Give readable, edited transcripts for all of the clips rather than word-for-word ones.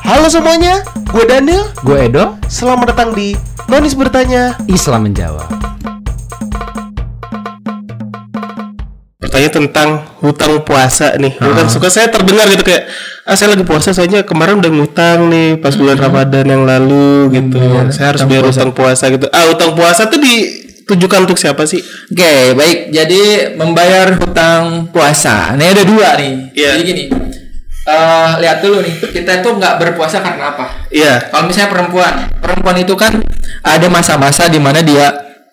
Halo semuanya, gue Daniel. Gue Edo. Selamat datang di Nonis Bertanya, Islam Menjawab. Bertanya tentang hutang puasa nih. Kan suka saya terdengar gitu kayak, saya lagi puasa soalnya kemarin udah ngutang nih pas bulan Ramadan yang lalu gitu. Saya harus bayar hutang puasa gitu. Hutang puasa tuh ditujukan untuk siapa sih? Oke, baik. Jadi membayar hutang puasa. Ini ada dua nih. Yeah. Jadi gini. Lihat dulu nih, kita itu nggak berpuasa karena apa? Iya. Kalau misalnya perempuan itu kan ada masa-masa di mana dia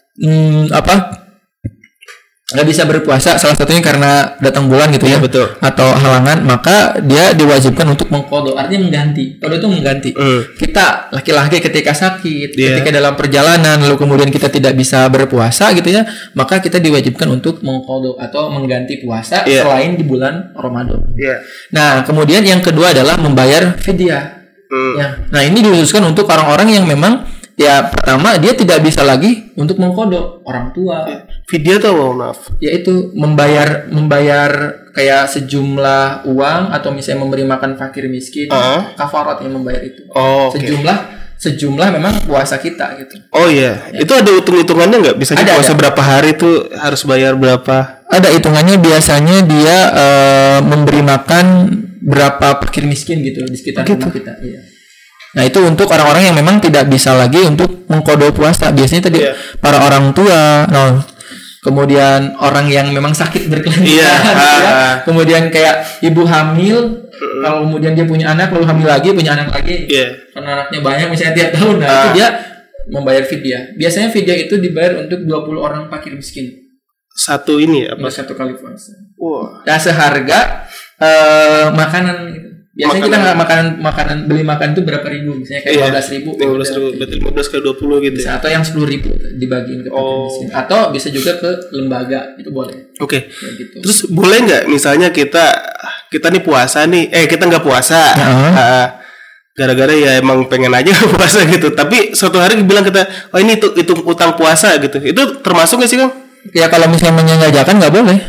nggak bisa berpuasa, salah satunya karena datang bulan gitu ya, betul. Atau halangan, maka dia diwajibkan untuk mengqadha, artinya mengganti. Qadha itu mengganti. Kita laki-laki ketika sakit, ketika dalam perjalanan, lalu kemudian kita tidak bisa berpuasa gitu ya, maka kita diwajibkan untuk mengqadha atau mengganti puasa selain di bulan Ramadan. Nah, kemudian yang kedua adalah membayar fidyah. Ya. Nah, ini dikhususkan untuk orang-orang yang memang pertama dia tidak bisa lagi untuk mengqadha, orang tua. Fidyah tuh maaf. Yaitu membayar kayak sejumlah uang atau misalnya memberi makan fakir miskin, kafarat yang membayar itu. Sejumlah memang puasa kita gitu. Oh iya. Itu ada hitung-hitungannya nggak? Bisa puasa berapa hari itu harus bayar berapa? Ada hitungannya, biasanya dia memberi makan berapa fakir miskin gitu di sekitar rumah kita. Iya. Nah, itu untuk orang-orang yang memang tidak bisa lagi untuk mengqadha puasa. Biasanya tadi para orang tua, kemudian orang yang memang sakit berkelanjutan, kemudian kayak ibu hamil, kalau kemudian dia punya anak lalu hamil lagi, punya anak lagi, karena anaknya banyak misalnya tiap tahun, itu dia membayar fidyah. Biasanya fidyah itu dibayar untuk 20 orang fakir miskin. Satu ini apa? Satu kali puasa. Wow. Nah, seharga makanan gitu. Biasanya kita nggak makanan beli makan itu berapa ribu, misalnya kayak 15.000, berarti 15 kali 20 gitu bisa, atau yang 10.000 dibagiin ke fakir miskin, atau bisa juga ke lembaga, itu boleh. Oke. Gitu. Terus boleh nggak misalnya kita nih puasa nih, kita nggak puasa, gara-gara ya emang pengen aja puasa gitu, tapi suatu hari bilang kita, ini itu utang puasa gitu, itu termasuk nggak sih Kang? Ya kalau misalnya menyengajakan nggak boleh.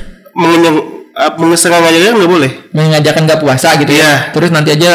Mengajakan nggak boleh, mengajakan nggak puasa gitu ya. Terus nanti aja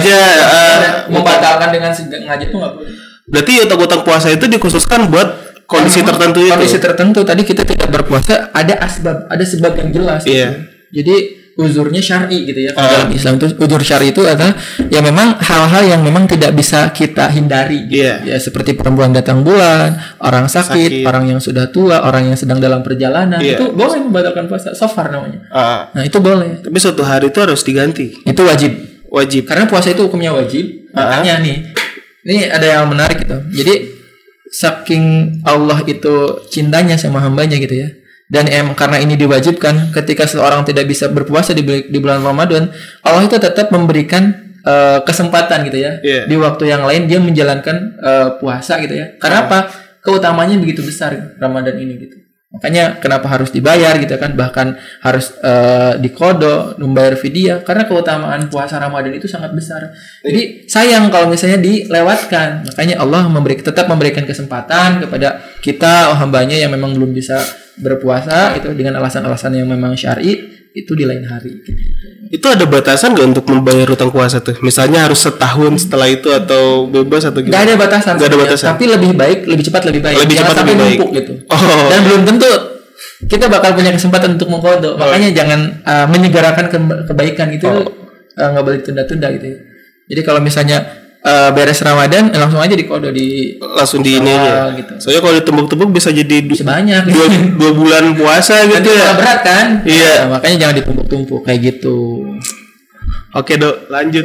membatalkan dengan sengaja itu nggak boleh. Berarti utang puasa itu dikhususkan buat kondisi tertentu itu. Kondisi tertentu tadi kita tidak berpuasa, ada sebab yang jelas. Gitu. Jadi uzurnya syar'i gitu ya. Dalam Islam itu uzur syar'i itu adalah ya memang hal-hal yang memang tidak bisa kita hindari gitu. Ya seperti perempuan datang bulan, orang sakit, orang yang sudah tua, orang yang sedang dalam perjalanan, itu boleh membatalkan puasa, safar namanya. Nah, itu boleh. Tapi suatu hari itu harus diganti. Itu wajib. Karena puasa itu hukumnya wajib. Makanya ini ada yang menarik gitu. Jadi saking Allah itu cintanya sama hambanya gitu ya. Dan karena ini diwajibkan, ketika seseorang tidak bisa berpuasa di bulan Ramadan, Allah itu tetap memberikan kesempatan gitu ya. Di waktu yang lain dia menjalankan puasa gitu ya. Karena apa? Keutamanya begitu besar Ramadan ini gitu. Makanya kenapa harus dibayar gitu kan, bahkan harus diqadha, membayar fidyah, karena keutamaan puasa Ramadan itu sangat besar. Jadi sayang kalau misalnya dilewatkan. Makanya Allah tetap memberikan kesempatan kepada kita, hambanya yang memang belum bisa berpuasa itu dengan alasan-alasan yang memang syar'i, itu di lain hari. Itu ada batasan nggak untuk membayar hutang puasa tuh? Misalnya harus setahun setelah itu atau bebas atau gimana? Nggak ada batasan. Tapi lebih cepat lebih baik. Jangan sampai numpuk gitu. Dan belum tentu kita bakal punya kesempatan untuk mengqadha. Makanya jangan menyegerakan kebaikan itu nggak boleh tunda-tunda gitu ya. Jadi kalau misalnya beres Ramadan langsung aja langsung di ini aja gitu. Soalnya kalau ditumpuk-tumpuk bisa jadi banyak 2 bulan puasa gitu ya. Berat kan? Iya. Nah, makanya jangan ditumpuk-tumpuk kayak gitu. Oke, Dok, lanjut.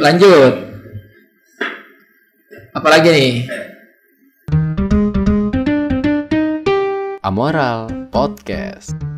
Apalagi nih? Amoral Podcast.